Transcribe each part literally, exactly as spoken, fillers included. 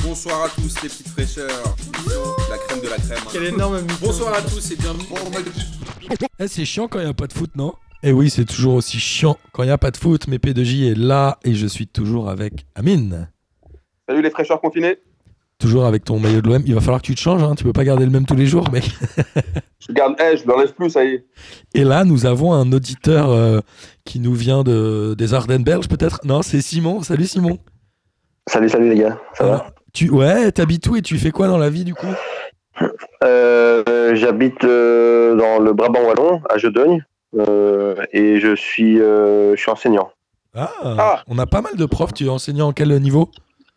Bonsoir à tous les petites fraîcheurs. La crème de la crème. Quel énorme mytho. Bonsoir à tous et bienvenue. Eh, c'est chiant quand il n'y a pas de foot, non? Eh oui, c'est toujours aussi chiant quand il n'y a pas de foot, mais P deux J est là et je suis toujours avec Amine. Salut les fraîcheurs confinés. Toujours avec ton maillot de l'O M. Il va falloir que tu te changes, hein. Tu peux pas garder le même tous les jours, mec. Je garde, eh, je l'enlève plus, ça y est. Et là, nous avons un auditeur euh, qui nous vient de, des Ardennes belges, peut-être. Non, c'est Simon. Salut Simon. Salut, salut les gars, ça Alors, va tu, Ouais, t'habites où et tu fais quoi dans la vie du coup? euh, J'habite euh, dans le Brabant wallon, à Jeudeugne, euh, et je suis, euh, je suis enseignant. Ah, Ah. On a pas mal de profs. Tu es enseignant en quel niveau?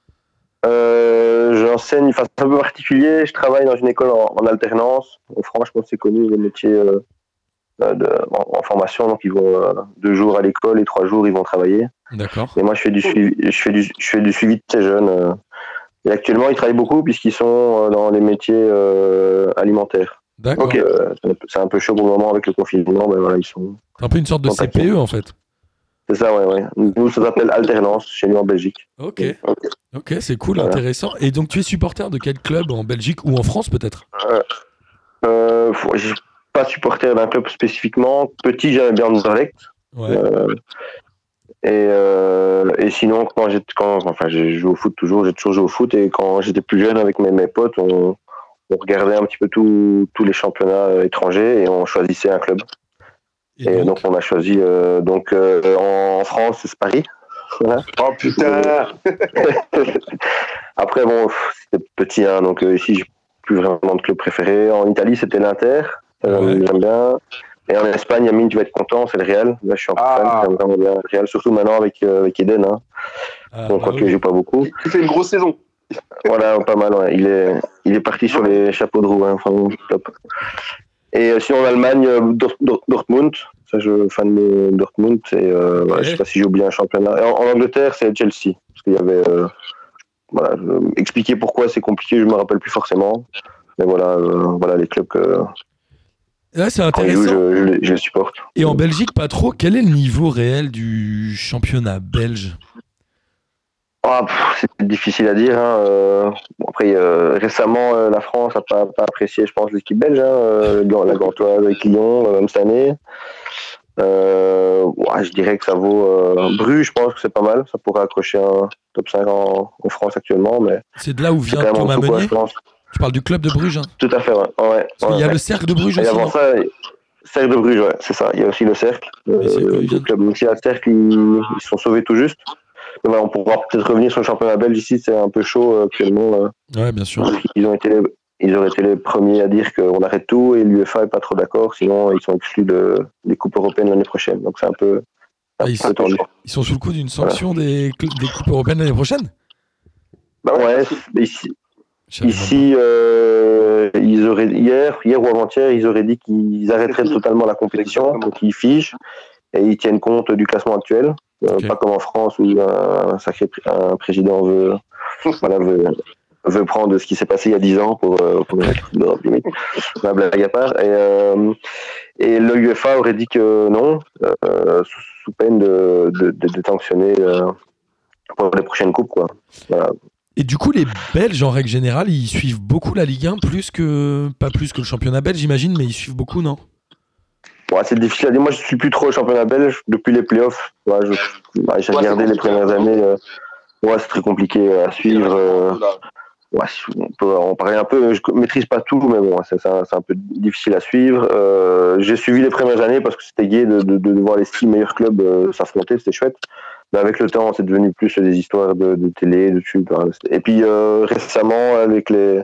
Euh, J'enseigne, enfin c'est un peu particulier, je travaille dans une école en, en alternance. En France, je pense que c'est connu, les métiers euh, de, en, en formation, donc ils vont euh, deux jours à l'école et trois jours ils vont travailler. D'accord. Et moi je fais du suivi, je fais du, je fais du suivi de ces jeunes. Euh, et actuellement ils travaillent beaucoup puisqu'ils sont euh, dans les métiers euh, alimentaires. D'accord. Donc euh, c'est un peu chaud pour le moment avec le confinement, ben voilà ils sont. C'est un peu une sorte de C Contacté. P E en fait. C'est ça, ouais, ouais. Nous ça s'appelle alternance chez nous en Belgique. Ok. Ok. Ok, c'est cool, Voilà. intéressant. Et donc tu es supporter de quel club en Belgique ou en France peut-être? Euh, euh, faut- je suis pas supporter d'un club spécifiquement. Petit, j'aimais bien Anderlecht. Ouais. Euh, et, euh, et sinon, quand j'étais, quand, enfin, j'ai joué au foot toujours, j'ai toujours joué au foot. Et quand j'étais plus jeune avec mes, mes potes, on, on regardait un petit peu tout- tous les championnats euh, étrangers et on choisissait un club. Et Et, donc, donc, on a choisi euh, donc euh, en France, c'est Paris. Voilà. Oh putain. Après, bon, pff, c'était petit, hein, donc euh, ici, j'ai plus vraiment de club préféré. En Italie, c'était l'Inter, euh, Ouais. j'aime bien. Et en Espagne, Amine, tu vas être content, c'est le Real. Là, je suis un peu Ah. fan, j'aime vraiment bien le Real, surtout maintenant avec, euh, avec Eden. Hein. ah, Donc, bah quoi oui. que je joue pas beaucoup. Il fait une grosse saison. Voilà, pas mal, ouais. Il est, il est parti sur les chapeaux de roue, hein, enfin, top. Et euh, sinon, en Allemagne, euh, Dor- Dor- Dortmund. Ça, je suis fan de Dortmund. Et, euh, voilà, je sais pas si j'ai oublié un championnat. Et en, en Angleterre, c'est Chelsea. Parce qu'il y avait. Euh, voilà, euh, expliquer pourquoi c'est compliqué, je me rappelle plus forcément. Mais voilà, euh, voilà les clubs que Là, c'est quand ils jouent, intéressant. je, je, les- je les supporte. Et en Belgique, pas trop. Quel est le niveau réel du championnat belge? Ah, pff, c'est difficile à dire. Hein. Euh, bon, après, euh, récemment, euh, la France n'a pas, pas apprécié, je pense, l'équipe belge. Hein, euh, Gant- la Gantoise avec Lyon, euh, même cette année. Euh, ouais, je dirais que ça vaut. Euh, Bruges, je pense que c'est pas mal. Ça pourrait accrocher un top cinq en, en France actuellement. Mais C'est de là où c'est vient quand même en Thomas dessous, quoi, Meunier. je pense. Tu parles du club de Bruges, hein? Tout à fait, ouais. ouais, Parce qu'il y a ouais. le cercle de Bruges Et aussi, avant non? ça, Cercle de Bruges, ouais, c'est ça. Il y a aussi le Cercle. Mais c'est- eux, Euh, ils viennent- le club aussi à Cercle, ils, ils sont sauvés tout juste. Mais voilà, on pourra peut-être revenir sur le championnat belge ici, c'est un peu chaud euh, actuellement. euh, Ouais, bien sûr. Ils ont été les, ils auraient été les premiers à dire qu'on arrête tout et l'UEFA est pas trop d'accord, sinon ils sont exclus de, des coupes européennes l'année prochaine. Donc c'est un peu, Ah, un ils, peu tendu. ils sont sous le coup d'une sanction des, cl- des coupes européennes l'année prochaine? Bah ouais, mais ici, Je savais même ici euh, ils auraient, hier, hier ou avant-hier, ils auraient dit qu'ils arrêteraient totalement la compétition, donc ils figent et ils tiennent compte du classement actuel. Euh, Ok. Pas comme en France où un, un sacré pré- un président veut, voilà, veut, veut prendre ce qui s'est passé il y a dix ans pour, euh, pour être d'Europe limite. La blague à part. Et, euh, et le UEFA aurait dit que non, euh, sous, sous peine de, de, de, de sanctionner euh, pour les prochaines coupes. Quoi. Voilà. Et du coup, les Belges, en règle générale, ils suivent beaucoup la Ligue un, plus que, pas plus que le championnat belge, j'imagine, mais ils suivent beaucoup, non? Ouais, c'est difficile à dire. Moi, je suis plus trop au championnat belge depuis les playoffs. Ouais, je, ouais, j'ai Ouais, regardé c'est les premières années. Euh, ouais, c'est très compliqué à suivre. Euh, ouais, on peut en parler un peu. Je maîtrise pas tout, mais bon, c'est, c'est, un, c'est un peu difficile à suivre. Euh, j'ai suivi les premières années parce que c'était gai de, de, de voir les six meilleurs clubs euh, s'affronter, c'était chouette. Mais avec le temps, c'est devenu plus des histoires de, de télé, de tubes. Hein. Et puis euh, récemment, avec les,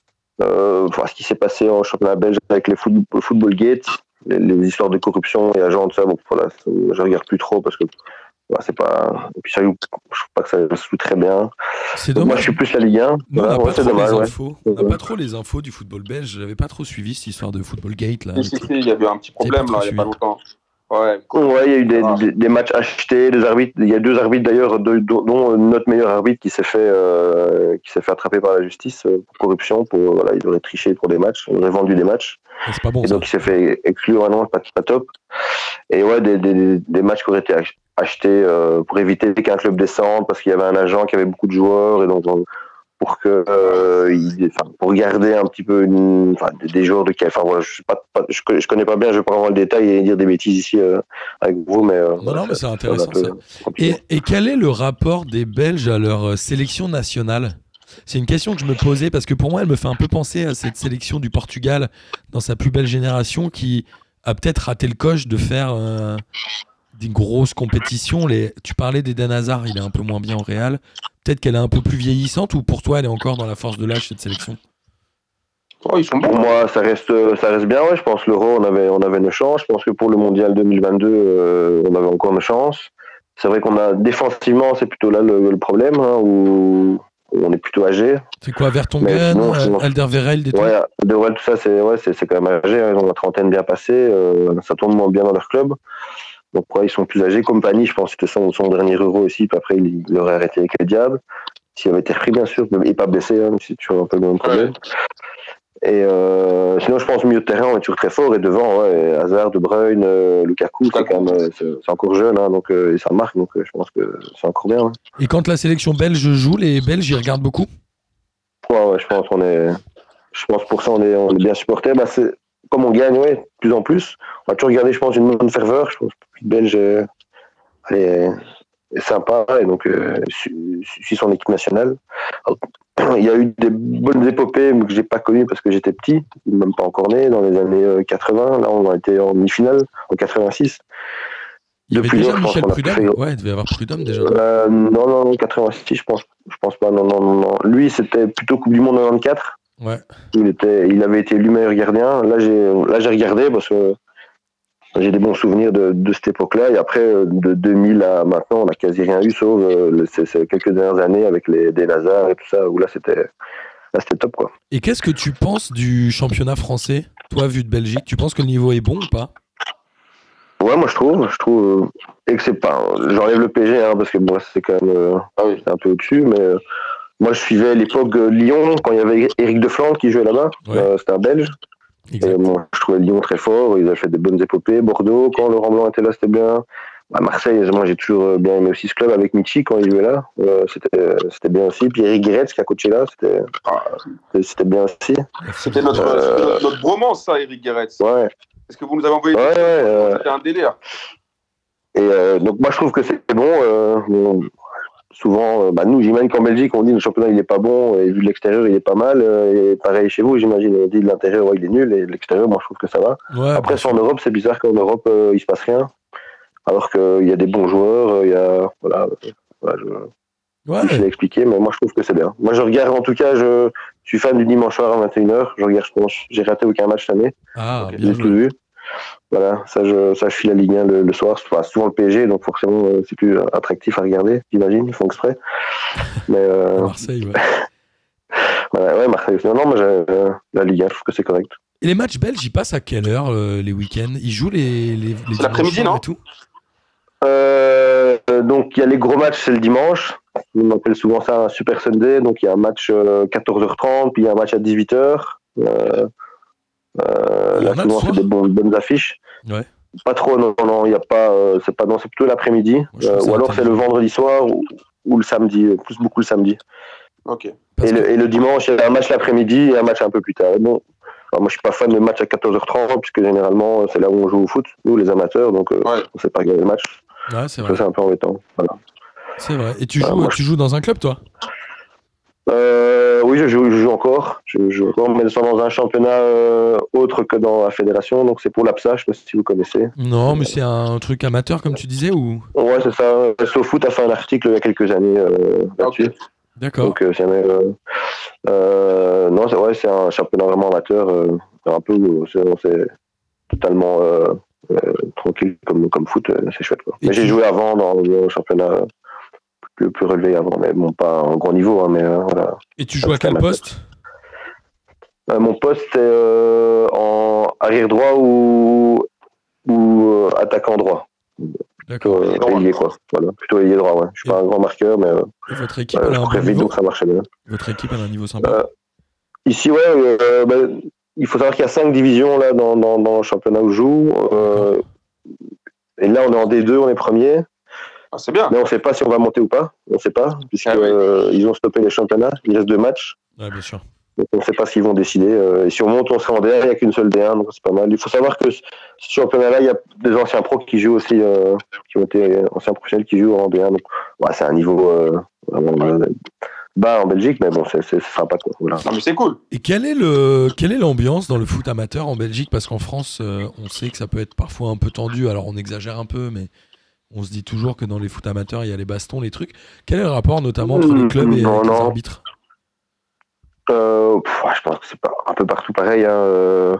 euh, voir ce qui s'est passé en championnat belge avec les football, football Gate, les, les histoires de corruption et agents, tout ça. Bon, voilà, je regarde plus trop parce que ouais, c'est pas. Et puis ça, je trouve pas que ça se joue très bien. C'est Donc, moi, dommage. je suis plus la Ligue un. Nous, on Voilà, n'a ouais, pas c'est trop dommage. les Ouais. infos. On n'a pas trop les infos du football belge. J'avais pas trop suivi cette histoire de football gate là. Si, si, si, il y a eu un petit problème J'ai pas là, trop il n'y a pas suivi. longtemps. Ouais. Ouais, il y a eu des, Ah. des, des matchs achetés, des arbitres. Il y a deux arbitres d'ailleurs, de- dont dont notre meilleur arbitre qui s'est fait, euh, qui s'est fait attraper par la justice euh, pour corruption. Pour voilà, il aurait triché pour des matchs, il aurait vendu des matchs. Et c'est pas bon Et ça. donc il s'est fait exclure. Ah non, c'est pas, pas top. Et ouais, des, des, des matchs qui auraient été ach- achetés euh, pour éviter qu'un club descende parce qu'il y avait un agent qui avait beaucoup de joueurs et donc on- pour que euh, il, enfin, pour garder un petit peu une, enfin, des, des joueurs de quel, enfin voilà, je sais pas, pas je, je connais pas bien, je vais pas avoir le détail et dire des bêtises ici euh, avec vous, mais euh, Non, voilà, non, mais ça, c'est intéressant ça, ça. Et, et quel est le rapport des Belges à leur euh, sélection nationale? C'est une question que je me posais parce que pour moi, elle me fait un peu penser à cette sélection du Portugal dans sa plus belle génération qui a peut-être raté le coche de faire euh, des grosses compétitions. Les... Tu parlais d'Eden Hazard, il est un peu moins bien au Real. Peut-être qu'elle est un peu plus vieillissante ou pour toi, elle est encore dans la force de l'âge, cette sélection? Oh, ils sont bons. Pour moi, ça reste, ça reste bien. Ouais. Je pense que l'Euro, on avait, on avait nos chances. Je pense que pour le Mondial deux mille vingt-deux, euh, on avait encore nos chances. C'est vrai qu'on a défensivement, c'est plutôt là le, le problème, hein, où on est plutôt âgé. C'est quoi, Mais Vertonghen, sinon, je euh, pense- Alderweireld et tout? Ouais, de ouais, tout ça, c'est ouais, c'est c'est quand même âgé. Hein. Ils ont la trentaine bien passée. Euh, ça tourne moins bien dans leur club. Donc, ouais, ils sont plus âgés. Compagnie, je pense que c'était son, son dernier Euro aussi. Puis après, il, il aurait arrêté avec les Diables. S'il avait été repris, bien sûr, et pas blessé, hein, c'est toujours un peu le même problème. Ouais. Et euh, sinon, je pense milieu de terrain, on est toujours très fort. Et devant, ouais, Hazard, De Bruyne, euh, Lukaku, c'est quand même, euh, c'est, c'est encore jeune, hein, donc euh, et ça marque, donc euh, je pense que c'est encore bien. Hein. Et quand la sélection belge joue, les Belges, ils regardent beaucoup? Ouais, ouais, je pense qu'on est, je pense pour ça on est, on est bien supportés. Bah, c'est comme on gagne, ouais, de plus en plus. On va toujours garder, je pense, une bonne ferveur. Je pense que le Belge euh, est, est sympa et donc euh, suit, suit son équipe nationale. Alors, il y a eu des bonnes épopées mais que j'ai pas connues parce que j'étais petit, même pas encore né, dans les années quatre-vingts. Là, on a été en demi-finale en quatre-vingt-six. Il y avait Depuis déjà lors, je pense Michel qu'on a Prudhomme? fait- Ouais, il devait y avoir Prudhomme déjà. Euh, non, non, non, quatre-vingt-six, je pense, je pense pas. Non, non, non, non. Lui, c'était plutôt Coupe du Monde quatre-vingt-quatorze. Ouais. Il était, il avait été élu meilleur gardien. Là, j'ai, là, j'ai regardé parce que j'ai des bons souvenirs de, de cette époque-là. Et après, de deux mille à maintenant, on n'a quasi rien eu, sauf euh, le- ces, ces quelques dernières années avec les des Lazare et tout ça, où là, c'était, là, c'était top, quoi. Et qu'est-ce que tu penses du championnat français, toi, vu de Belgique? Tu penses que le niveau est bon ou pas? Ouais, moi, je trouve, je trouve, euh, et que c'est pas, j'enlève le P G, hein, parce que bon, c'est quand même, euh, Ah oui. c'est un peu au-dessus, mais euh, moi, je suivais l'époque euh, Lyon, quand il y avait Éric Defland qui jouait là-bas. Ouais. Euh, c'était un Belge. Exact. Et moi, je trouvais Lyon très fort. Ils avaient fait des bonnes épopées. Bordeaux, quand Laurent Blanc était là, c'était bien. À Marseille, moi, j'ai toujours bien aimé aussi ce club avec Michi quand il jouait là. Euh, c'était, c'était bien aussi. Puis Eric Guéretz qui a coaché là, c'était, c'était bien aussi. C'était notre, Euh, c'était notre, notre bromance, ça, Eric Guéretz. Ouais. Est-ce que vous nous avez envoyé Ouais, des ouais, euh, C'était un délire. Et euh, donc, moi, je trouve que c'est bon. Euh, bon, souvent, euh, bah, nous, j'imagine qu'en Belgique, on dit le championnat, il est pas bon. Et vu de l'extérieur, il est pas mal. Euh, et pareil chez vous, j'imagine, on dit de l'intérieur, ouais, il est nul. Et de l'extérieur, moi, je trouve que ça va. Ouais, Après, bien c'est en sûr. Europe, c'est bizarre qu'en Europe, euh, il se passe rien. Alors qu'il y a des bons joueurs, euh, il y a. Voilà, euh, voilà je Ouais. difficile à expliquer, mais moi je trouve que c'est bien. Moi je regarde, en tout cas, je, je suis fan du dimanche soir à vingt et une heures. Je regarde, je pense, j'ai raté aucun match cette année. Ah, Donc, bien j'ai tout joué. vu. Voilà, ça je, ça je suis la Ligue un le, le soir. Enfin, souvent le P S G, donc forcément euh, c'est plus attractif à regarder, j'imagine, ils font exprès. Mais euh, Marseille, ouais. ouais, ouais, Marseille. Non, non, moi j'ai, euh, la Ligue un, je trouve que c'est correct. Et les matchs belges, ils passent à quelle heure euh, les week-ends? Ils jouent les, les, les dimanches l'après-midi, soirs non et tout? Euh, donc il y a les gros matchs, c'est le dimanche. On appelle souvent ça un Super Sunday. Donc il y a un match euh, quatorze heures trente, puis il y a un match à dix-huit heures. Euh, euh, Il y là en a le souvent soir? c'est des bonnes, bonnes affiches. Ouais. Pas trop, non, non, il y a pas. Euh, c'est pas, non, c'est plutôt l'après-midi. Moi, je trouve Euh, ça ou alors c'est le intelligent. vendredi soir ou, ou le samedi, euh, plus beaucoup le samedi. Ok. Parce Et que- le, et le dimanche, il y a un match l'après-midi et un match un peu plus tard. Bon, alors moi je suis pas fan de match à quatorze heures trente puisque généralement c'est là où on joue au foot, nous les amateurs, donc euh, Ouais. on sait pas regarder le match. Ouais, c'est Ça vrai. c'est un peu embêtant. Voilà. C'est vrai. Et tu Voilà, joues, moi, tu joues dans un club, toi? Euh, oui, je joue, je joue encore. Je joue encore, mais c'est dans un championnat euh, autre que dans la fédération. Donc c'est pour l'A P S A, je ne sais pas si vous connaissez. Non, mais c'est un truc amateur, comme tu disais, ou? Ouais, c'est ça. SoFoot a fait un article il y a quelques années euh, là-dessus. Ok. D'accord. Donc euh, c'est euh, euh, non, c'est ouais, c'est un championnat vraiment amateur, euh, un peu, c'est, c'est totalement euh, euh, tranquille comme comme foot, euh, c'est chouette quoi. Et Mais tu j'ai joues- joué avant dans le championnat plus, plus relevé avant, mais bon pas en grand niveau, hein, mais euh, voilà. Et tu joues à quel amateur. poste? Euh, mon poste est euh, en arrière droit ou, ou euh, attaquant droit. D'accord. Plutôt euh, ailier, quoi. Voilà, plutôt ailier droit, ouais. Je suis Et- pas un grand marqueur, mais euh, Et votre équipe, euh, elle a je un bon courais vite, niveau? donc ça marchait bien. Votre équipe, elle a un niveau sympa? Euh, ici, ouais, euh, bah, il faut savoir qu'il y a cinq divisions là, dans, dans, dans le championnat où je joue. Euh, et là, on est en D deux, on est premier. Ah, c'est bien. Mais on ne sait pas si on va monter ou pas. On ne sait pas, puisqu'ils Ah oui. euh, ont stoppé les championnats. Il reste deux matchs. Ouais, bien sûr. Donc on ne sait pas ce qu'ils vont décider. Euh, et si on monte, on sera en D un. Il n'y a qu'une seule D un, donc c'est pas mal. Il faut savoir que ce championnat-là, il y a des anciens pros qui jouent aussi, euh, qui ont été anciens professionnels qui jouent en D un. Donc ouais, c'est un niveau euh, vraiment euh, bas en Belgique, mais bon, c'est, c'est sympa, quoi. Voilà. Non, mais c'est cool. Et quelle est, le, quelle est l'ambiance dans le foot amateur en Belgique? Parce qu'en France, euh, on sait que ça peut être parfois un peu tendu. Alors on exagère un peu, mais on se dit toujours que dans les foot amateurs, il y a les bastons, les trucs. Quel est le rapport notamment entre les clubs et non, les non. arbitres? euh, pff, Je pense que c'est pas, un peu partout pareil. Hein. Euh,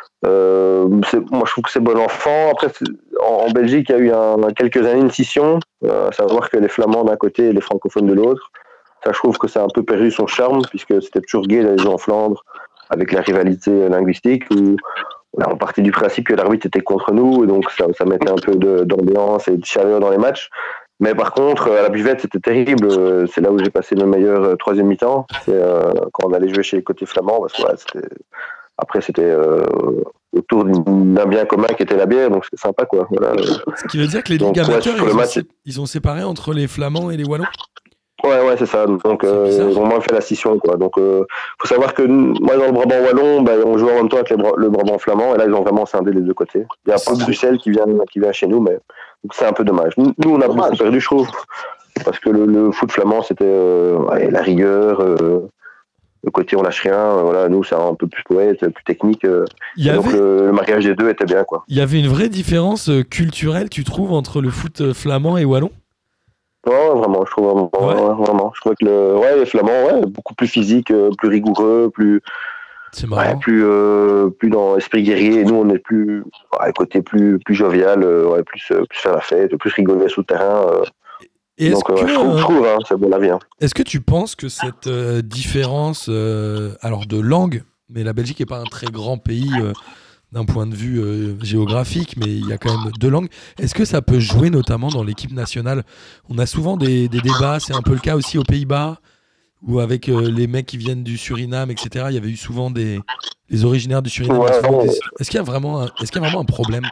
euh, c'est, moi, je trouve que c'est bon enfant. Après, en, en Belgique, il y a eu un, quelques années une scission, euh, à savoir que les Flamands d'un côté et les francophones de l'autre. Ça, je trouve que ça a un peu perdu son charme, puisque c'était toujours gai d'aller jouer en Flandre, avec la rivalité linguistique, où on partait du principe que l'arbitre était contre nous, et donc ça, ça mettait un peu de, d'ambiance et de chaleur dans les matchs. Mais par contre, à la buvette, c'était terrible. C'est là où j'ai passé le meilleur euh, troisième mi-temps. C'est euh, quand on allait jouer chez les côtés flamands, parce que ouais, c'était... après, c'était euh, autour d'un bien commun qui était la bière, donc c'était sympa, quoi. Voilà. Ce qui veut dire que les donc, ligues amateurs, ouais, ils, le ont match, sé- ils ont séparé entre les Flamands et les Wallons? Ouais, ouais, c'est ça. Donc, euh, bizarre. ils ont moins fait la scission, quoi. Donc, euh, faut savoir que moi, dans le Brabant wallon, ben, on joue en même temps avec les Bra- le Brabant flamand, et là, ils ont vraiment scindé les deux côtés. Il y a pas Bruxelles qui vient, qui vient chez nous, mais donc, c'est un peu dommage. Nous, on a Dommage. beaucoup perdu, je trouve, parce que le, le foot flamand, c'était euh, ouais, la rigueur, euh, le côté on lâche rien. Euh, voilà, nous, c'est un peu plus poète, plus technique. Euh, Il y et donc, avait, le, le mariage des deux était bien, quoi. il y avait une vraie différence euh, culturelle, tu trouves, entre le foot euh, flamand et wallon? Ouais, vraiment, je trouve vraiment, Ouais. ouais, vraiment. Je trouvais que le, ouais, les Flamands, ouais, beaucoup plus physique, euh, plus rigoureux, plus, C'est marrant. ouais, plus, euh, plus dans l'esprit guerrier. Et nous, on est plus, ouais, côté plus, plus jovial, euh, ouais, plus, euh, plus faire la fête, plus rigoler sous le terrain. Euh, Et est-ce donc, euh, que, je trouve, je euh, trouve hein, c'est bon la vie. Hein. est-ce que tu penses que cette euh, différence, euh, alors de langue, mais la Belgique n'est pas un très grand pays euh, d'un point de vue euh, géographique, mais il y a quand même deux langues. Est-ce que ça peut jouer notamment dans l'équipe nationale? On a souvent des, des débats, c'est un peu le cas aussi aux Pays-Bas, où avec euh, les mecs qui viennent du Suriname, et cetera, il y avait eu souvent des... Les originaires du Suriname. Ouais, il y a souvent ouais. des- Est-ce qu'il y a vraiment un... Est-ce qu'il y a vraiment un problème?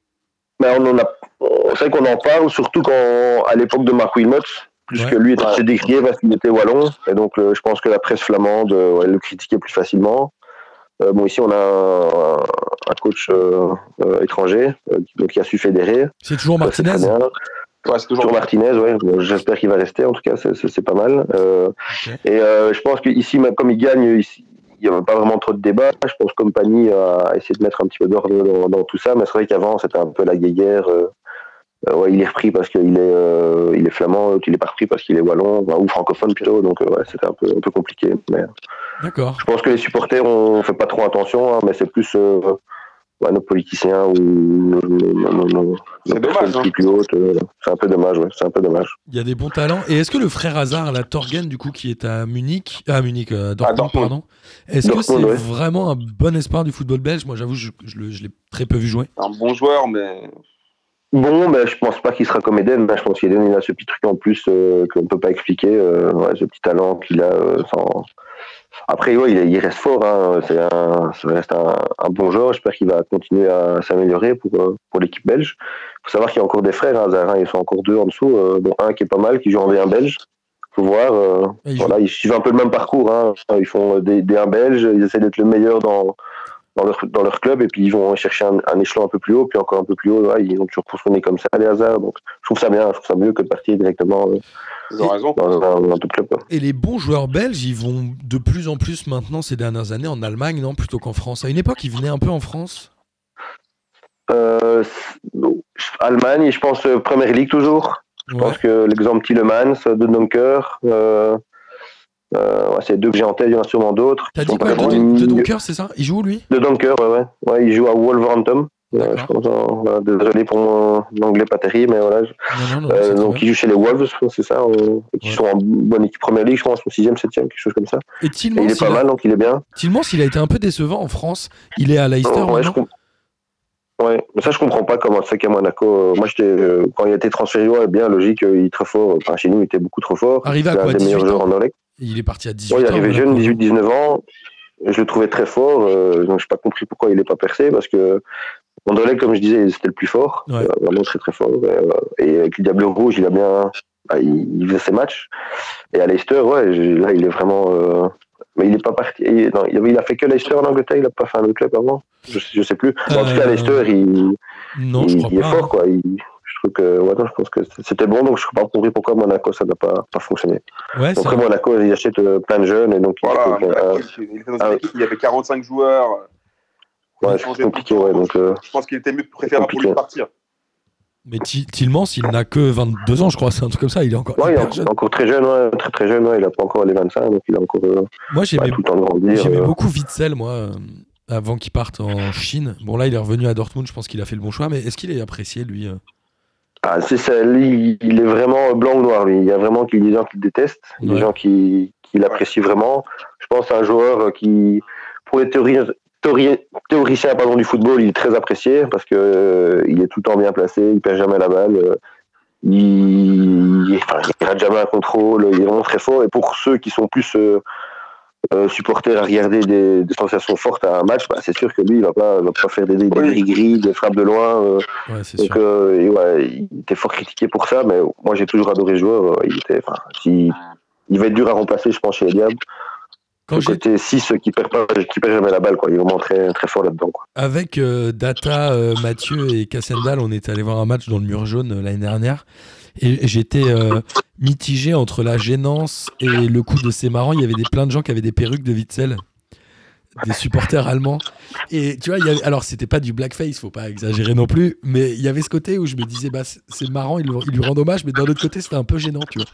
Mais on en a, c'est vrai qu'on en parle, surtout quand, à l'époque de Marc Wilmots, plus Ouais. que lui était assez décrié parce qu'il était wallon. Et donc, euh, je pense que la presse flamande, euh, ouais, le critiquait plus facilement. Euh, bon, ici, on a un, un coach euh, euh, étranger euh, qui, donc, qui a su fédérer. C'est toujours Ça, c'est très Martinez? bien. Ouais, c'est toujours. Sur Martinez, ouais. Bon, j'espère qu'il va rester, en tout cas, c'est, c'est, c'est pas mal. Euh, Ok. et euh, je pense qu'ici, comme il gagne, ici, il n'y avait pas vraiment trop de débat. Je pense que Compagnie a essayé de mettre un petit peu d'ordre dans, dans tout ça, mais c'est vrai qu'avant, c'était un peu la guéguerre. Euh, euh, ouais, il est repris parce qu'il est, euh, il est flamand, qu'il est pas repris parce qu'il est wallon, enfin, ou francophone plutôt, donc euh, ouais, c'était un peu, un peu compliqué. Mais D'accord. je pense que les supporters, on fait pas trop attention, hein, mais c'est plus euh, ouais, nos politiciens ou nos, nos, nos, nos, C'est nos dommage, personnes hein. plus, plus hautes. Euh, c'est un peu dommage, ouais, c'est un peu dommage. Il y a des bons talents. Et est-ce que le frère Hazard, la Torgen, du coup, qui est à Munich, à Munich, euh, Dortmund, Ah, Dortmund. pardon, est-ce que Dortmund, c'est ouais. vraiment un bon espoir du football belge? Moi, j'avoue, je, je, le- je l'ai très peu vu jouer. Un bon joueur, mais. Bon, mais je pense pas qu'il sera comme Eden. Je pense qu'Eden, il a ce petit truc en plus euh, qu'on ne peut pas expliquer. Euh, ouais, ce petit talent qu'il a. Euh, sans... Après, ouais, il, est- il reste fort. Hein. C'est un, ça reste un, un bon joueur. J'espère qu'il va continuer à s'améliorer pour, euh, pour l'équipe belge. Il faut savoir qu'il y a encore des frères. Hein, Zara, ils sont encore deux en dessous. Euh, bon, un qui est pas mal, qui joue en V un belge. Il faut voir. Euh, Et il voilà, ils suivent un peu le même parcours. Hein. Ils font des, des un belges. Ils essaient d'être le meilleur dans. Dans leur, dans leur club, et puis ils vont chercher un, un échelon un peu plus haut, puis encore un peu plus haut. Ouais, ils ont toujours fonctionné comme ça, les hasards. Donc je trouve ça bien, je trouve ça mieux que de partir directement euh, Ils ont raison. dans un, dans un top club. Quoi. Et les bons joueurs belges, ils vont de plus en plus maintenant ces dernières années en Allemagne, non, plutôt qu'en France. À une époque, ils venaient un peu en France. Euh, Allemagne, je pense euh, Première Ligue toujours. Je Ouais. pense que l'exemple Tielemans de Donker, euh, euh, ouais, c'est deux que j'ai en tête, il y en a sûrement d'autres. T'as qui dit sont quoi, pas de, très de, bons. de Donker, c'est ça? Il joue où, lui? De Donker, ouais, ouais. ouais. Il joue à Wolverhampton. Euh, je D'accord. pense, euh, voilà, désolé pour mon anglais pas terrible, mais voilà. Non, non, non, Euh, c'est très donc bien. ils jouent chez les Wolves, je pense, c'est ça, euh, qui Ouais. sont en bonne équipe Première Ligue, je pense, en sixième, septième, quelque chose comme ça. Et Et Tillmans, il est pas il a... mal, donc il est bien. Tillmans, il a été un peu décevant en France. Il est à Leicester ouais, je maintenant. comp- ouais, mais ça je comprends pas comment c'est qu'à Monaco. Euh, moi, j'étais, euh, quand il a été transféré, ouais, bien logique, euh, il est très fort. Enfin, chez nous, il était beaucoup trop fort. Arrivé à C'est quoi, un des meilleurs dix-huit joueurs ans? en Norlec. Il est parti à dix-huit Ouais, il est ans. arrivé Monaco, jeune, non? dix-huit dix-neuf ans. Je le trouvais très fort. Euh, donc, j'ai pas compris pourquoi il est pas percé, parce que Anderlecht, comme je disais, c'était le plus fort, Ouais. euh, vraiment très très fort. Et, euh, et avec le Diable Rouge, il a bien, bah, il, il faisait ses matchs. Et à Leicester, ouais, j'ai- là, il est vraiment. euh, Mais il n'est pas parti. il- Non, il, il a fait que Leicester en Angleterre, il n'a pas fait un autre club avant. Je, je sais plus. Mais en tout cas, Euh, Leicester, il, Non, je il, crois il est pas. fort, hein. quoi. Il- je trouve que, ouais, non, je pense que c'était bon, donc je ne sais pas compris pourquoi Monaco ça n'a pas, pas fonctionné. Ouais, Donc ça. après, Monaco, il achète euh, plein de jeunes, et donc il Voilà, faut que, Monaco, euh, il était il était dans ah, une équipe où il y avait quarante-cinq joueurs. ouais, Il c'est changeait compliqué, tout le ouais. temps. Donc, euh, Je pense qu'il était mieux préférable pour lui de partir. Mais Ti- Tillmans, il n'a que vingt-deux ans, je crois, c'est un truc comme ça, il est encore ouais, il est hyper encore, jeune. encore très jeune, ouais, très très jeune, ouais, il n'a pas encore les vingt-cinq, donc il a encore euh, Moi, bah, j'aimais tout le temps de grandir. j'aimais euh. beaucoup Witzel, moi, euh, avant qu'il parte en Chine. Bon, là, il est revenu à Dortmund, je pense qu'il a fait le bon choix, mais est-ce qu'il est apprécié, lui euh Ah, c'est ça, lui, il est vraiment blanc ou noir, lui. Il y a vraiment des gens qui le détestent, des Ouais. gens qui, qui l'apprécient vraiment. Je pense à un joueur qui, pour les théories, théorie- théoriciens pardon, du football, il est très apprécié parce que euh, il est tout le temps bien placé, il perd jamais la balle, euh, il, il, enfin, il rate jamais un contrôle, il est vraiment très fort. Et pour ceux qui sont plus euh, euh, supporters à regarder des, des sensations fortes à un match, bah, c'est sûr que lui, il va pas, va pas faire des, des Oui. gris-gris, des frappes de loin. euh, Ouais, c'est donc, sûr. euh, et ouais, il était fort critiqué pour ça, mais moi j'ai toujours adoré le joueur. euh, Il était, enfin, si, il va être dur à remplacer, je pense, chez les Diables. Quand Le j'ai côté six qui perd pas, qui perd jamais la balle, quoi. Il est vraiment très, très fort là-dedans, quoi. Avec euh, Data, euh, Mathieu et Cassendal, on est allé voir un match dans le mur jaune euh, l'année dernière. Et j'étais euh, mitigé entre la gênance et le coup de c'est marrant. Il y avait des, plein de gens qui avaient des perruques de Witzel, des supporters allemands. Et tu vois, il y avait, alors c'était pas du blackface, faut pas exagérer non plus, mais il y avait ce côté où je me disais, bah, c'est- c'est marrant, il, lui- il lui rend hommage, mais d'un autre côté, c'était un peu gênant, tu vois.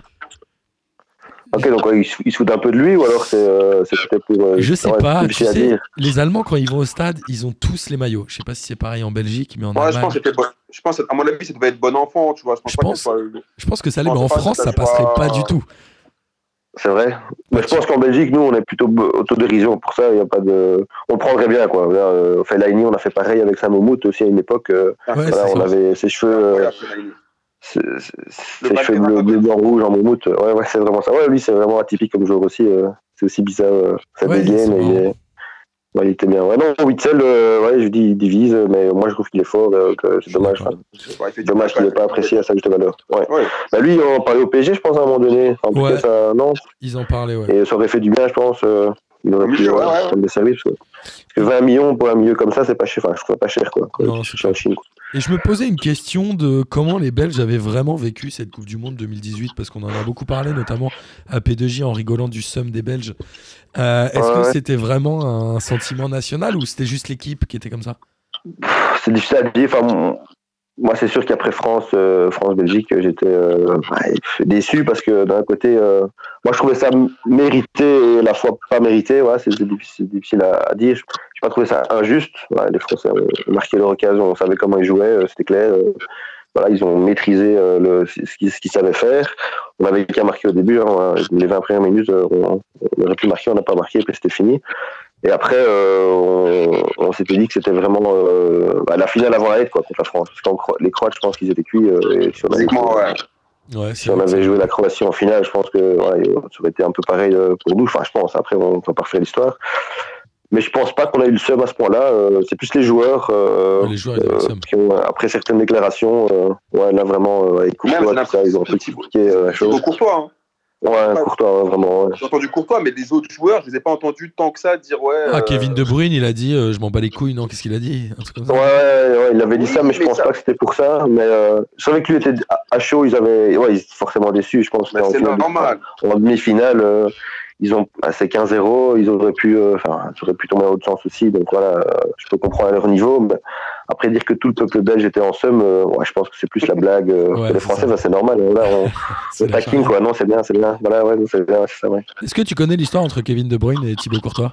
Ok, donc ouais, il, se- il se fout un peu de lui, ou alors c'est, euh, c'est peut-être pour. euh, Je sais ouais, pas, c'est tu difficile à sais, dire. les Allemands, quand ils vont au stade, ils ont tous les maillots. Je sais pas si c'est pareil en Belgique, mais en Moi, je Allemagne. pense, que c'était bon- je pense, à mon avis, ça devait être bon enfant, tu vois. Je pense Je pas que pense- ce soit. Je pense que ça l'est, Je mais en pense pas que France, ça ça soit- passerait pas du tout. C'est vrai. Mais je tu- pense qu'en Belgique, nous, on est plutôt b- autodérision. Pour ça, il y a pas de. On le prendrait bien, quoi. Là, euh, Fellaini, on a fait pareil avec Saint-Moumout aussi à une époque. euh, Ouais, voilà, c'est on ça. avait ses cheveux. euh, Incroyable, Fellaini. ses, ses- ses Le cheveux Balkan bleus, Rabat. bleu, blanc, rouge en moumoute. Ouais, ouais, c'est vraiment ça. Ouais, lui, c'est vraiment atypique comme joueur aussi. euh, c'est aussi bizarre. euh, ça Ouais, dégaine. c'est et il, marrant. est... ouais, il était bien. Ouais, non, Witzel, euh, ouais, je dis, il divise, mais moi, je trouve qu'il est fort. euh, que Je c'est suis dommage. d'accord. enfin, Ouais, il fait du dommage bien, qu'il n'ait pas ouais. apprécié à sa juste valeur. Ouais. Ouais. Bah, lui, on parlait au P S G, je pense, à un moment donné. En tout Ouais. cas, ça, non. Ils en parlaient, ouais. Et ça aurait fait du bien, je pense. euh, il aurait Au pu milieu, ouais, euh, ouais, ouais. prendre des services. Parce que, parce que vingt millions pour un milieu comme ça, c'est pas cher. Enfin, je trouve pas cher, quoi. Quand Non, tu c'est cherches en clair. Chine, quoi. Et je me posais une question de comment les Belges avaient vraiment vécu cette Coupe du Monde deux mille dix-huit, parce qu'on en a beaucoup parlé, notamment à P deux J en rigolant du seum des Belges. Euh, Est-ce Ouais, que ouais. c'était vraiment un sentiment national ou c'était juste l'équipe qui était comme ça? C'est difficile à dire. Enfin, mon- moi, c'est sûr qu'après France, euh, France-Belgique, j'étais euh, ouais, déçu parce que d'un côté, euh, moi, je trouvais ça m- mérité et à la fois pas mérité. Ouais, c'est c'est difficile, c'est difficile à, à dire. Je n'ai pas trouvé ça injuste. Ouais, les Français ont marqué leur occasion. On savait comment ils jouaient, euh, c'était clair. euh, Voilà, ils ont maîtrisé euh, le, ce qu'ils ce qu'ils savaient faire. On avait qu'à marquer au début. Hein, les vingt premières minutes, euh, on, on aurait pu marquer, on n'a pas marqué, et puis c'était fini. Et après, euh, on, on s'était dit que c'était vraiment euh, bah, la finale avant la aide, quoi, contre la France. Parce que les Croates, je pense qu'ils étaient cuits. Euh, et si on avait, Physiquement, ouais. Ouais, si on avait joué la Croatie en finale, je pense que ouais, ça aurait été un peu pareil euh, pour nous. Enfin, je pense. Après, on ne peut pas refaire l'histoire. Mais je pense pas qu'on a eu le seum à ce point-là. Euh, c'est plus les joueurs, euh, Les joueurs, ils avaient le euh, seum. qui ont, après certaines déclarations, euh, ouais, là vraiment, euh, avec Même, Courtois, j'ai tout ça, ils ont un peu l'impression- critiqué euh, la chose. Thibaut Courtois, hein. Ouais, Courtois, ouais, vraiment. Ouais. J'ai entendu Courtois, mais les autres joueurs, je les ai pas entendus tant que ça dire ouais. Ah, euh, Kevin De Bruyne, il a dit euh, je m'en bats les couilles, non? Qu'est-ce qu'il a dit? Un truc comme ça. Ouais, ouais, ouais, il avait dit Oui, ça, mais je mais pense ça- pas que c'était pour ça. Mais euh, je savais que lui était à- à chaud, ils avaient, ouais, ils étaient forcément déçus. Je pense que mais en, c'est finale, normal. en demi-finale, euh, ils ont, ah, c'est quinze zéro, ils auraient pu, euh, enfin, ça aurait pu tomber à l'autre sens aussi. Donc voilà, euh, je peux comprendre à leur niveau. Mais après dire que tout le peuple belge était en somme, euh, ouais, je pense que c'est plus la blague. Euh, Ouais, que les c'est Français, ça. bah, c'est normal. Là, on, C'est le la taquine, charade. quoi. Non, c'est bien, c'est bien. Voilà, ouais, c'est bien, c'est ça, ouais. Est-ce que tu connais l'histoire entre Kevin De Bruyne et Thibaut Courtois?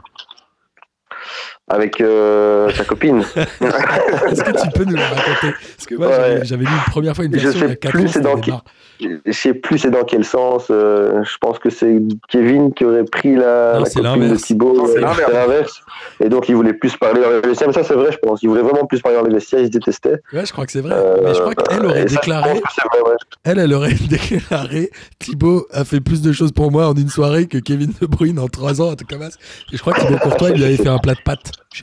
Avec euh, sa copine. Est-ce que tu peux nous la raconter? Parce que moi, Ouais. j'avais- j'avais lu une première fois une Je version sais il y a quatre plus ans, c'est c'était dans des qui- barres. Je sais plus c'est dans quel sens. euh, je pense que c'est Kevin qui aurait pris la, Non, la c'est copine de l'inverse. Thibaut. Non, c'est euh, l'inverse. c'est l'inverse. Et donc il voulait plus parler dans les vestiaires. Mais ça c'est vrai, je pense. Il voulait vraiment plus parler dans les vestiaires. Ils se détestaient. Ouais, je crois que c'est vrai. Euh, Mais je crois qu'elle aurait et ça, je déclaré, pense que c'est vrai, ouais. elle, elle aurait déclaré, Thibaut a fait plus de choses pour moi en une soirée que Kevin De Bruyne en trois ans, un truc comme ça. Et je crois que Thibaut Courtois, il lui avait fait un plat de pâtes chez lui.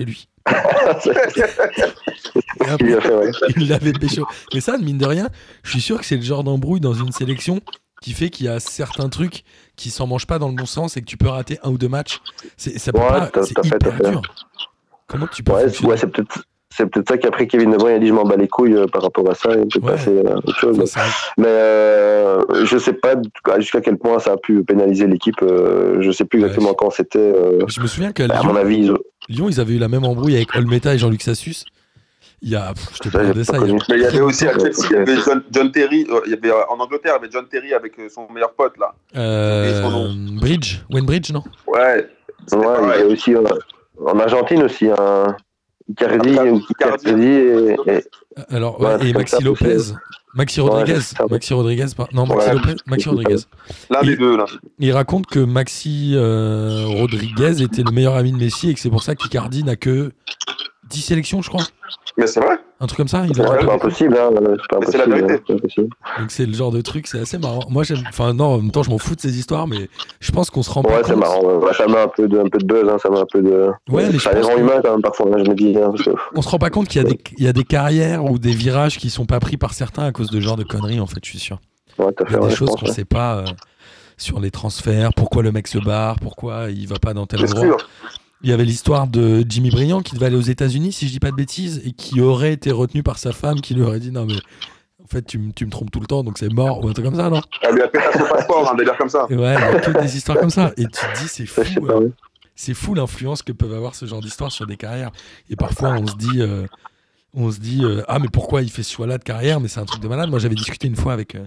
Et après, Il a fait, ouais. il l'avait pécho. Mais ça, mine de rien, je suis sûr que c'est le genre d'embrouille dans une sélection qui fait qu'il y a certains trucs qui s'en mangent pas dans le bon sens et que tu peux rater un ou deux matchs. C'est, ça peut Ouais, pas, t'as- c'est t'as fait, hyper t'as fait. dur. Comment tu peux Ouais, c'est, fonctionner ouais, c'est peut-être. C'est peut-être ça qu'après Kevin De Bruyne a dit je m'en bats les couilles euh, par rapport à ça et peut Ouais. passer à autre chose. Enfin, ça- Mais euh, je sais pas jusqu'à quel point ça a pu pénaliser l'équipe. Euh, je sais plus Ouais, exactement je- quand c'était. Euh, Je me souviens qu'à bah, à Lyon, mon avis, ils ont- Lyon, ils avaient eu la même embrouille avec Olmeta et Jean-Luc Sassus. Il y a, pff, je te Ça, parle j'ai de pas ça. Il y a connu. Mais il y avait très aussi à longtemps. Chelsea, il y avait John, John Terry. euh, Il y avait, euh, en Angleterre, il y avait John Terry avec euh, son meilleur pote là. Euh, Et son nom. Bridge, Wayne Bridge, non Ouais. C'était Ouais, il y pareil. avait aussi euh, en Argentine aussi un Icardi, Après, Icardi Icardi, et, et Alors, Ouais, ouais, un truc et comme Maxi ça, Lopez. aussi. Maxi Ouais, Rodriguez. c'est ça, ouais. Maxi Rodriguez, pas- non, Maxi Ouais. Lopez, Maxi C'est Rodriguez. l'un Il- des deux là. Il raconte que Maxi euh, Rodriguez était le meilleur ami de Messi et que c'est pour ça qu'Icardi n'a que dix sélections, je crois. Mais c'est vrai. Un truc comme ça. Il c'est a pas Ouais, raconté. impossible, hein, c'est pas Mais c'est la impossible, vérité. hein, c'est impossible. Donc c'est le genre de truc, c'est assez marrant. Moi j'aime, enfin non, en même temps je m'en fous de ces histoires, mais je pense qu'on se rend pas Ouais, c'est compte. marrant. Ouais. Ouais, ça met un peu de, un peu de buzz, hein, ça met un peu de. Ouais, mais ça je les pense rend que- humains quand même parfois. Hein, je me dis. Hein, parce que... On se rend pas compte qu'il y a des, il y a des carrières ou des virages qui sont pas pris par certains à cause de ce genre de conneries en fait, je suis sûr. Ouais, t'as Il y fait. a Ouais, des je choses pense, qu'on ouais. sait pas euh, sur les transferts, pourquoi le mec se barre, pourquoi il va pas dans tel C'est endroit. sûr. Il y avait l'histoire de Jimmy Briand qui devait aller aux États-Unis, si je dis pas de bêtises, et qui aurait été retenu par sa femme qui lui aurait dit non mais en fait tu, m- tu me trompes tout le temps donc c'est mort ou un truc comme ça, non? Elle lui a pété son passeport, un délire comme ça. Et ouais, il y a que des histoires comme ça. Et tu te dis c'est fou. Ça, je sais pas. euh, Ouais. c'est fou l'influence que peuvent avoir ce genre d'histoires sur des carrières. Et parfois, on se dit, euh, on se dit euh, ah, mais pourquoi il fait ce choix-là de carrière? Mais c'est un truc de malade. Moi, j'avais discuté une fois avec, euh,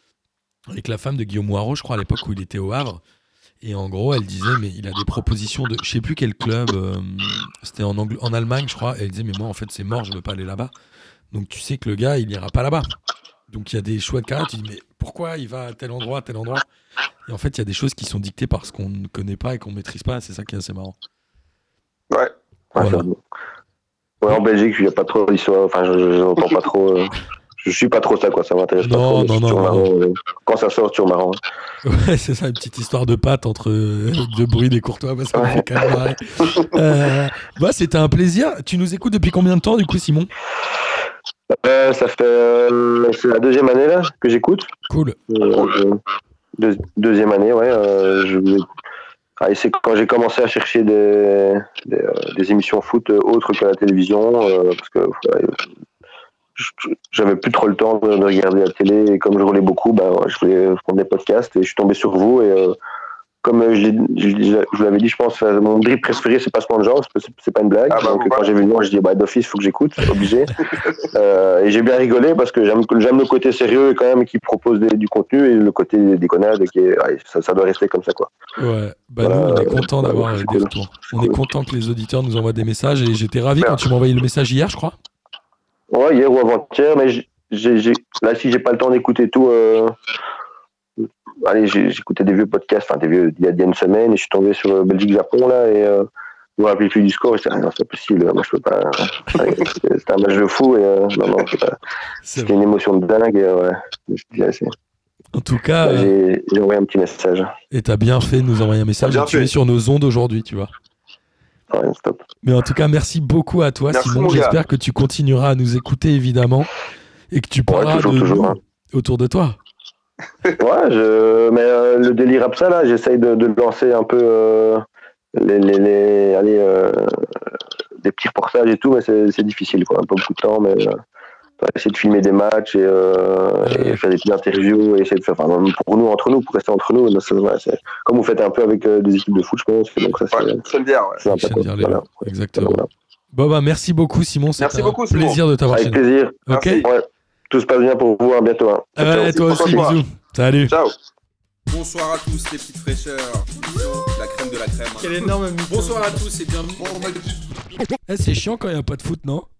avec la femme de Guillaume Moirot, je crois, à l'époque où il était au Havre. Et en gros, elle disait, mais il a des propositions de. Je sais plus quel club, euh, c'était en, Angl- en Allemagne, je crois. Et elle disait, mais moi, en fait, c'est mort, je veux pas aller là-bas. Donc, tu sais que le gars, il ira pas là-bas. Donc, il y a des choix de carrière. Tu dis, mais pourquoi il va à tel endroit, à tel endroit? Et en fait, il y a des choses qui sont dictées par ce qu'on ne connaît pas et qu'on maîtrise pas. C'est ça qui est assez marrant. Ouais. Ouais, Voilà. c'est bon. Ouais, en Belgique, il n'y a pas trop d'histoire. Enfin, je je- j'entends pas trop. euh, Je suis pas trop ça, quoi. Ça m'intéresse pas Non, trop. mais non, c'est non, toujours non. marrant, euh, Quand ça sort, c'est toujours marrant. Ouais, c'est ça, une petite histoire de patte entre euh, De Bruyne et Courtois, bah, ça me Ouais. fait quand même marrer. Euh, bah, c'était un plaisir. Tu nous écoutes depuis combien de temps, du coup, Simon? Euh, ça fait. euh, C'est la deuxième année, là, que j'écoute. Cool. Euh, deux- deuxième année, ouais. euh, je vous ai- Ah, et c'est quand j'ai commencé à chercher des, des, euh, des émissions foot euh, autres que la télévision, euh, parce que ouais, je- j'avais plus trop le temps de, de regarder la télé, et comme je roulais beaucoup, bah, ouais, je voulais prendre des podcasts, et je suis tombé sur vous, et euh, comme euh, je, l'ai- je, je vous l'avais dit, je pense, euh, mon drip préféré, c'est Passement de genre, c'est, c'est pas une blague. Ah bah, Donc voilà. quand j'ai vu le nom, je dis, bah, d'office, il faut que j'écoute, obligé. euh, et j'ai bien rigolé parce que j'aime, j'aime le côté sérieux et quand même qui propose des- du contenu et le côté déconnade qui est, ouais, ça, ça doit rester comme ça, quoi. Ouais, bah Voilà, nous, on est euh, content voilà, d'avoir c'est euh, des cool. retours. C'est On est cool. content que les auditeurs nous envoient des messages et j'étais ravi Merde. quand tu m'as envoyé le message hier, je crois. Ouais, hier ou avant-hier, mais j'ai, j'ai, j'ai- là, si j'ai pas le temps d'écouter tout, euh, allez, j'ai, j'écoutais des vieux podcasts, enfin des vieux, il y a il y a une semaine, et je suis tombé sur euh, Belgique-Japon, là, et euh, je me rappelais plus du score, et je disais, ah, non, c'est pas possible, moi je peux pas. C'était c'était un match de fou, et euh, non, non, c'est pas- C'est c'était une émotion de dingue, et ouais, je disais, c'est- En tout cas, là, euh, j'ai, j'ai envoyé un petit message. et t'as bien fait de nous envoyer un message. T'as bien Et tu fait. es sur nos ondes aujourd'hui, tu vois. Ouais, stop. Mais en tout cas, merci beaucoup à toi, Merci, Simon. mon gars. J'espère que tu continueras à nous écouter, évidemment, et que tu parleras toujours, de toujours, nous hein. autour de toi. Ouais, je, mais euh, le délire Absa, là, j'essaye de, de lancer un peu euh, les, les, les, allez, euh, des petits reportages et tout, mais c'est, c'est difficile, quoi. Pas beaucoup de temps, mais euh, essayer de filmer des matchs et, euh, Ouais. et faire des petites interviews et essayer de faire, enfin, même pour nous, entre nous, pour rester entre nous, c'est, ouais, c'est, comme vous faites un peu avec euh, des équipes de foot, je pense. Donc ça, c'est, Ouais, Chennevières, ouais. c'est Avec sympa, quoi. Chennevières, les Voilà. Loups. Exactement. Voilà. Bon, bah, merci beaucoup, Simon. C'était Merci un beaucoup, Simon. plaisir de t'avoir chez Avec nous. plaisir. Ok. Merci. Ouais. Tout se passe bien pour vous, à bientôt. Hein. Ciao, Ouais, ciao. toi aussi, Prends soin de bisous. Salut. Ciao. Bonsoir à tous les petites fraîcheurs. La crème de la crème. énorme Bonsoir à tous et bienvenue. Eh, c'est chiant quand il n'y a pas de foot, non?